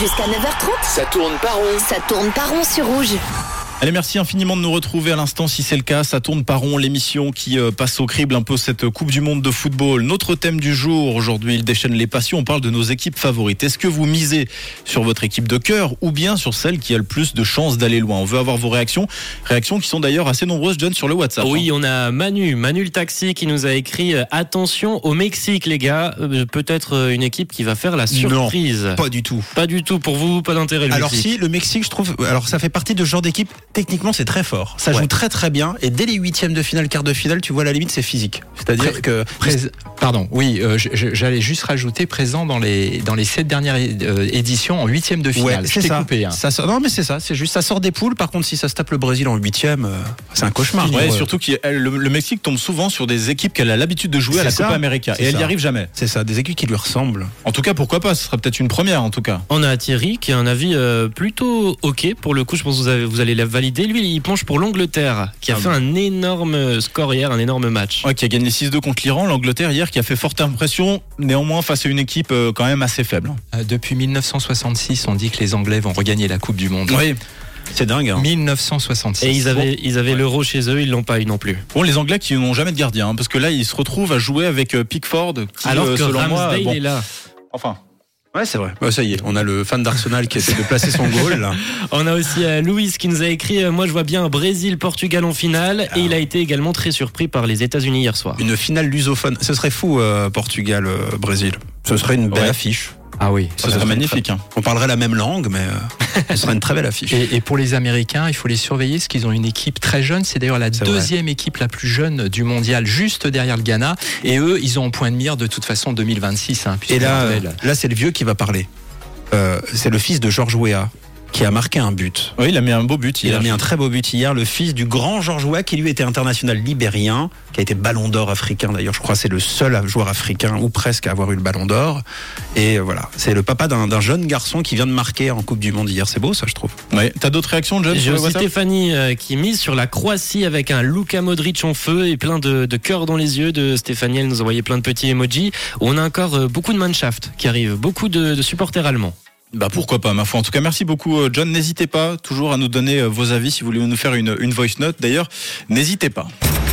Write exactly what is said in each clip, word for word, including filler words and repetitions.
Jusqu'à neuf heures trente, Ça tourne pas rond. ça tourne pas rond sur Rouge. Allez, merci infiniment de nous retrouver à l'instant. Si c'est le cas, ça tourne pas rond, l'émission qui euh, passe au crible un peu cette Coupe du Monde de football. Notre thème du jour, aujourd'hui, il déchaîne les passions. On parle de nos équipes favorites. Est-ce que vous misez sur votre équipe de cœur ou bien sur celle qui a le plus de chances d'aller loin? On veut avoir vos réactions. Réactions qui sont d'ailleurs assez nombreuses, John, sur le WhatsApp. Oui, on a Manu, Manu le taxi qui nous a écrit euh, attention au Mexique, les gars. Euh, peut-être euh, une équipe qui va faire la surprise. Non, pas du tout. Pas du tout pour vous, pas d'intérêt le Alors Mexique. si, le Mexique, je trouve, alors ça fait partie de ce genre d'équipe. Techniquement, c'est très fort. Ça Ouais. joue très très bien. Et dès les huitièmes de finale, quart de finale, tu vois, à la limite, c'est physique. C'est-à-dire Pré- que Prés- Pardon, oui, euh, je- je- j'allais juste rajouter présent dans les dans les sept dernières é- euh, éditions en huitième de ouais, finale. Je c'est t'ai ça. coupé. Hein. Ça sort- non, mais c'est ça. C'est juste, ça sort des poules. Par contre, si ça se tape le Brésil en huitième, euh, c'est un cauchemar. Ouais, Ouais. surtout que le, le Mexique tombe souvent sur des équipes qu'elle a l'habitude de jouer à la C'est ça. Copa América. C'est Et elle n'y ça. arrive jamais. C'est ça, des équipes qui lui ressemblent. En tout cas, pourquoi pas? Ce sera peut-être une première, en tout cas. On a Thierry qui a un avis euh, plutôt ok. Pour le coup, je pense que vous, avez, vous allez la valider. Lui, il penche pour l'Angleterre qui a Ah fait un énorme score hier, un énorme match. Ouais, qui a gagné six deux contre l'Iran. L'Angleterre, hier, qui a fait forte impression, néanmoins, face à une équipe euh, quand même assez faible. Euh, depuis dix-neuf cent soixante-six, on dit que les Anglais vont regagner la Coupe du Monde. Oui. C'est dingue. Hein. dix-neuf cent soixante-six. Et ils avaient, ils avaient l'euro chez eux, ils l'ont pas eu non plus. Bon, les Anglais qui n'ont jamais de gardien, hein, parce que là, ils se retrouvent à jouer avec euh, Pickford, qui, Alors euh, que selon moi, Ramsdale bon, est là. enfin, Ouais, c'est vrai. Bah, ça y est, on a le fan d'Arsenal qui essaie de placer son goal là. On a aussi euh, Louis qui nous a écrit euh, moi je vois bien Brésil-Portugal en finale. Ah. Et il a été également très surpris par les États-Unis hier soir. Une finale lusophone. Ce serait fou, euh, Portugal, euh, Brésil. Ce serait une belle Ouais. affiche. Ah oui. ça serait magnifique. Hein. On parlerait la même langue, mais euh, ce serait une très belle affiche. Et, et pour les Américains, il faut les surveiller parce qu'ils ont une équipe très jeune. C'est d'ailleurs la C'est deuxième équipe la plus jeune du mondial, juste derrière le Ghana. Et eux, ils ont en point de mire de toute façon deux mille vingt-six. Hein, Et là, puisque- euh, là, c'est le vieux qui va parler. Euh, c'est le fils de Georges Weah qui a marqué un but. Oui, il a mis un beau but Il hier. a mis un très beau but hier, le fils du grand Georges Weah qui lui était international libérien, qui a été ballon d'or africain d'ailleurs, je crois que c'est le seul joueur africain ou presque à avoir eu le ballon d'or. Et voilà, c'est le papa d'un, d'un jeune garçon qui vient de marquer en Coupe du Monde hier, c'est beau ça je trouve. Ouais. T'as d'autres réactions, John, J'ai sur le aussi WhatsApp? Stéphanie euh, qui mise sur la Croatie avec un Luka Modric en feu et plein de, de cœurs dans les yeux de Stéphanie. Elle nous a envoyé plein de petits emojis. On a encore euh, beaucoup de Mannschaft qui arrivent, beaucoup de, de supporters allemands. Bah pourquoi pas, ma foi. En tout cas, merci beaucoup, euh, John. N'hésitez pas toujours à nous donner euh, vos avis si vous voulez nous faire une, une voice note. D'ailleurs, n'hésitez pas.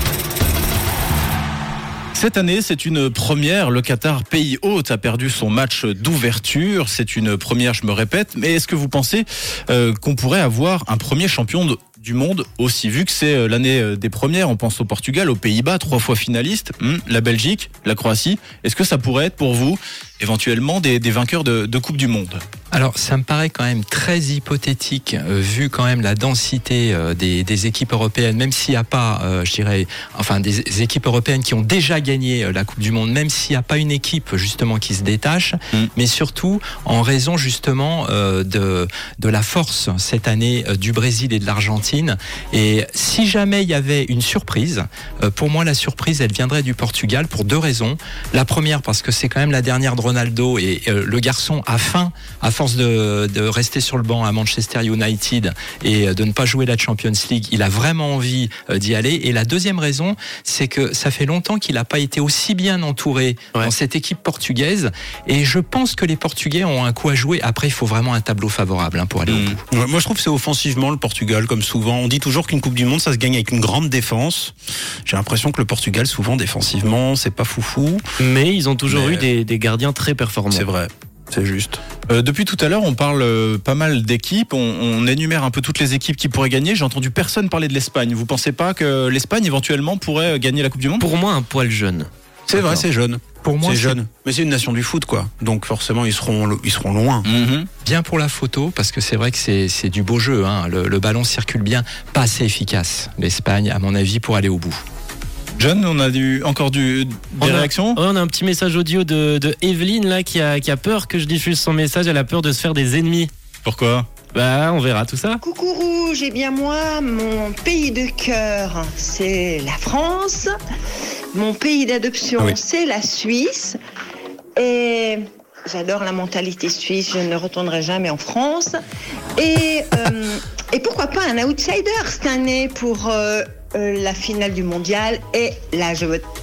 Cette année, c'est une première. Le Qatar, pays hôte, a perdu son match d'ouverture. C'est une première, je me répète. Mais est-ce que vous pensez euh, qu'on pourrait avoir un premier champion de, du monde aussi? Vu que c'est euh, l'année euh, des premières, on pense au Portugal, aux Pays-Bas, trois fois finalistes, hum, la Belgique, la Croatie. Est-ce que ça pourrait être pour vous éventuellement des, des vainqueurs de, de Coupe du Monde? Alors, ça me paraît quand même très hypothétique, euh, vu quand même la densité euh, des, des équipes européennes, même s'il n'y a pas, euh, je dirais, enfin, des, des équipes européennes qui ont déjà gagné euh, la Coupe du Monde, même s'il n'y a pas une équipe, justement, qui se détache, Mm. mais surtout en raison, justement, euh, de, de la force, cette année, euh, du Brésil et de l'Argentine. Et si jamais il y avait une surprise, euh, pour moi, la surprise, elle viendrait du Portugal pour deux raisons. La première, parce que c'est quand même la dernière de Ronaldo et euh, le garçon a faim, à force de, de rester sur le banc à Manchester United et de ne pas jouer la Champions League, il a vraiment envie euh, d'y aller. Et la deuxième raison, c'est que ça fait longtemps qu'il n'a pas été aussi bien entouré Ouais. dans cette équipe portugaise. Et je pense que les Portugais ont un coup à jouer. Après, il faut vraiment un tableau favorable hein, pour aller au Mm. bout. Ouais, moi je trouve que c'est offensivement le Portugal comme souvent. On dit toujours qu'une Coupe du Monde ça se gagne avec une grande défense. J'ai l'impression que le Portugal souvent défensivement c'est pas foufou. Mais ils ont toujours Mais- eu des, des gardiens très performants. C'est vrai, c'est juste. Euh, depuis tout à l'heure, on parle euh, pas mal d'équipes. On, on énumère un peu toutes les équipes qui pourraient gagner. J'ai entendu personne parler de l'Espagne. Vous pensez pas que l'Espagne éventuellement pourrait gagner la Coupe du Monde? Pour moi, un poil jeune. C'est vrai, c'est jeune. Pour moi, C'est c'est jeune. Mais c'est une nation du foot quoi. Donc forcément ils seront lo- ils seront loin. Mhm. bien pour la photo, parce que c'est vrai que c'est, c'est du beau jeu. Hein. Le, le ballon circule bien, pas assez efficace. L'Espagne, à mon avis, pour aller au bout. John, on a du, encore du, des On a- réactions? Ouais, on a un petit message audio de, de Evelyne là qui a, qui a peur que je diffuse son message. Elle a peur de se faire des ennemis. Pourquoi? Bah, on verra tout ça. Coucou Rouge, eh bien moi, mon pays de cœur, c'est la France. Mon pays d'adoption, Oui. c'est la Suisse. Et j'adore la mentalité suisse, je ne retournerai jamais en France. Et, euh, et pourquoi pas un outsider cette année pour euh, euh, la finale du mondial. Et là, je vote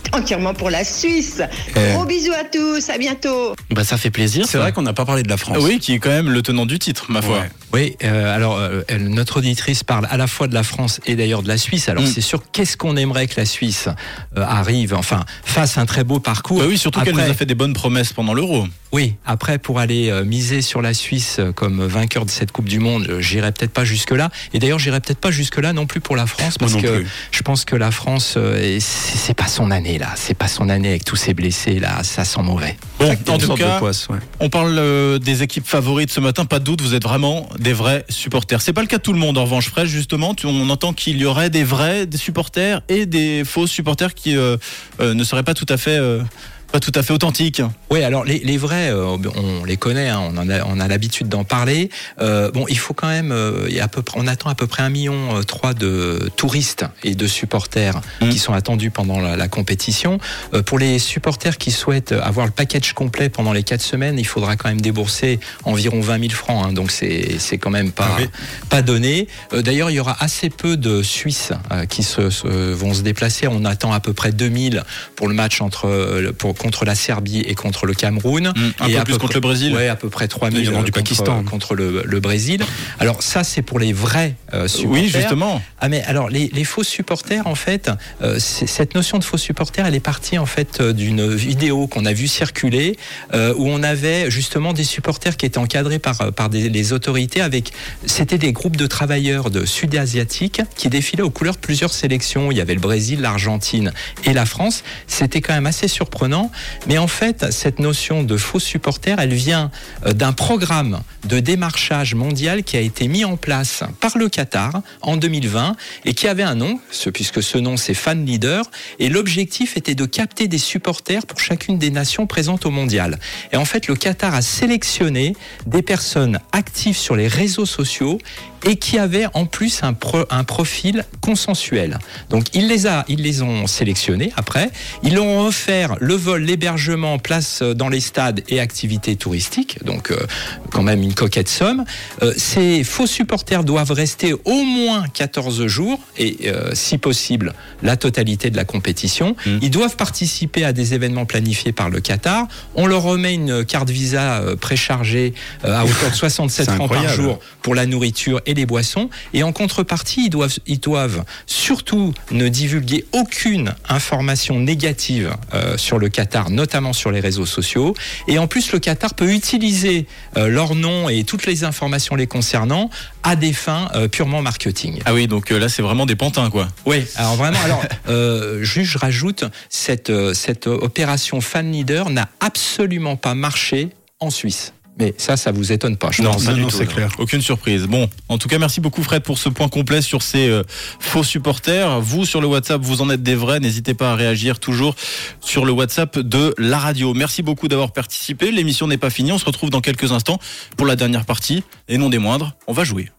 entièrement pour la Suisse. Eh. Gros bisous à tous, à bientôt. Bah ça fait plaisir. C'est ça. vrai qu'on n'a pas parlé de la France. Oui, qui est quand même le tenant du titre, ma foi. Ouais. Oui, euh, alors euh, elle- notre auditrice parle à la fois de la France et d'ailleurs de la Suisse. Alors Mm. c'est sûr, qu'est-ce qu'on aimerait que la Suisse euh, arrive, enfin fasse un très beau parcours. Bah oui, surtout qu'elle Après- nous a fait des bonnes promesses pendant l'Euro. Oui, après pour aller euh, miser sur la Suisse euh, comme vainqueur de cette Coupe du Monde, euh, j'irai peut-être pas jusque là. Et d'ailleurs, j'irai peut-être pas jusque là non plus pour la France, parce Moi non que plus. je pense que la France, euh, est- c'est c'est pas son année là, c'est pas son année avec tous ces blessés là, ça sent mauvais. Bon, Une en tout sorte cas, de poisse, ouais. on parle euh, des équipes favorites ce matin, pas de doute, vous êtes vraiment des vrais supporters. C'est pas le cas de tout le monde en revanche, Fred, justement, tu- on entend qu'il y aurait des vrais des supporters et des faux supporters qui euh, euh, ne seraient pas tout à fait euh, pas tout à fait authentiques. Oui, alors les, les vrais, euh, on les connaît, hein, on en a, on a l'habitude d'en parler. Euh, bon, il faut quand même, euh, il y a à peu près, on attend à peu près un million euh, trois de touristes et de supporters Mmh. qui sont attendus pendant la, la compétition. Euh, pour les supporters qui souhaitent avoir le package complet pendant les quatre semaines, il faudra quand même débourser environ vingt mille francs. Hein, donc c'est c'est quand même pas Ah oui. pas donné. Euh, D'ailleurs, il y aura assez peu de Suisses euh, qui se, se- vont se déplacer. On attend à peu près deux mille pour le match entre euh, le- pour, contre la Serbie et contre le Cameroun. Mmh, un et peu à plus peu contre près- le Brésil. Ouais, à peu près trois Il mille y en a du contre, Pakistan. contre le, le Brésil. Alors ça, c'est pour les vrais euh, supporters. Oui, justement. Ah mais alors les, les faux supporters en fait, euh, c'est- cette notion de faux supporter, elle est partie en fait euh, d'une vidéo qu'on a vue circuler euh, où on avait justement des supporters qui étaient encadrés par par des, les autorités avec, c'était des groupes de travailleurs de sud-asiatiques qui défilaient aux couleurs de plusieurs sélections. Il y avait le Brésil, l'Argentine et la France. C'était quand même assez surprenant, mais en fait cette notion de faux supporter, elle vient euh, d'un programme de démarchage mondial qui a été mis en place par le Qatar en deux mille vingt et qui avait un nom, ce- puisque ce nom c'est Fan Leader, et l'objectif était de capter des supporters pour chacune des nations présentes au mondial. Et en fait, le Qatar a sélectionné des personnes actives sur les réseaux sociaux et qui avaient en plus un, pro- un profil consensuel. Donc ils les, a, ils les ont sélectionnés après, ils leur ont offert le vol, l'hébergement, place dans les stades et activités touristiques, donc euh, quand même une coquette somme. Euh, ces faux supporters doivent rester au moins quatorze jours et euh, si possible la totalité de la compétition. Mmh. Ils doivent participer à des événements planifiés par le Qatar. On leur remet une carte Visa euh, préchargée euh, à hauteur de soixante-sept C'est francs par incroyable. jour pour la nourriture et les boissons. Et en contrepartie, ils doivent, ils doivent surtout ne divulguer aucune information négative euh, sur le Qatar, notamment sur les réseaux sociaux. Et en plus, le Qatar peut utiliser euh, leur nom et toutes les informations les concernant à des fins euh, purement marketing. Ah oui, donc euh, là c'est vraiment des pantins quoi. Oui, alors vraiment, alors, euh, juste je rajoute, cette, euh, cette opération Fan Leader n'a absolument pas marché en Suisse. Mais ça, ça vous étonne pas, je Non, pense. pas non, du non, tout, c'est non. clair. Aucune surprise. Bon, en tout cas, merci beaucoup Fred pour ce point complet sur ces euh, faux supporters. Vous, sur le WhatsApp, vous en êtes des vrais. N'hésitez pas à réagir toujours sur le WhatsApp de la radio. Merci beaucoup d'avoir participé. L'émission n'est pas finie. On se retrouve dans quelques instants pour la dernière partie. Et non des moindres, on va jouer.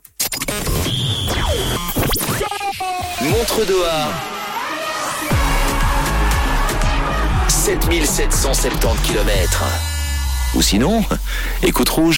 Montre Doha. sept mille sept cent soixante-dix kilomètres. Ou sinon, écoute Rouge.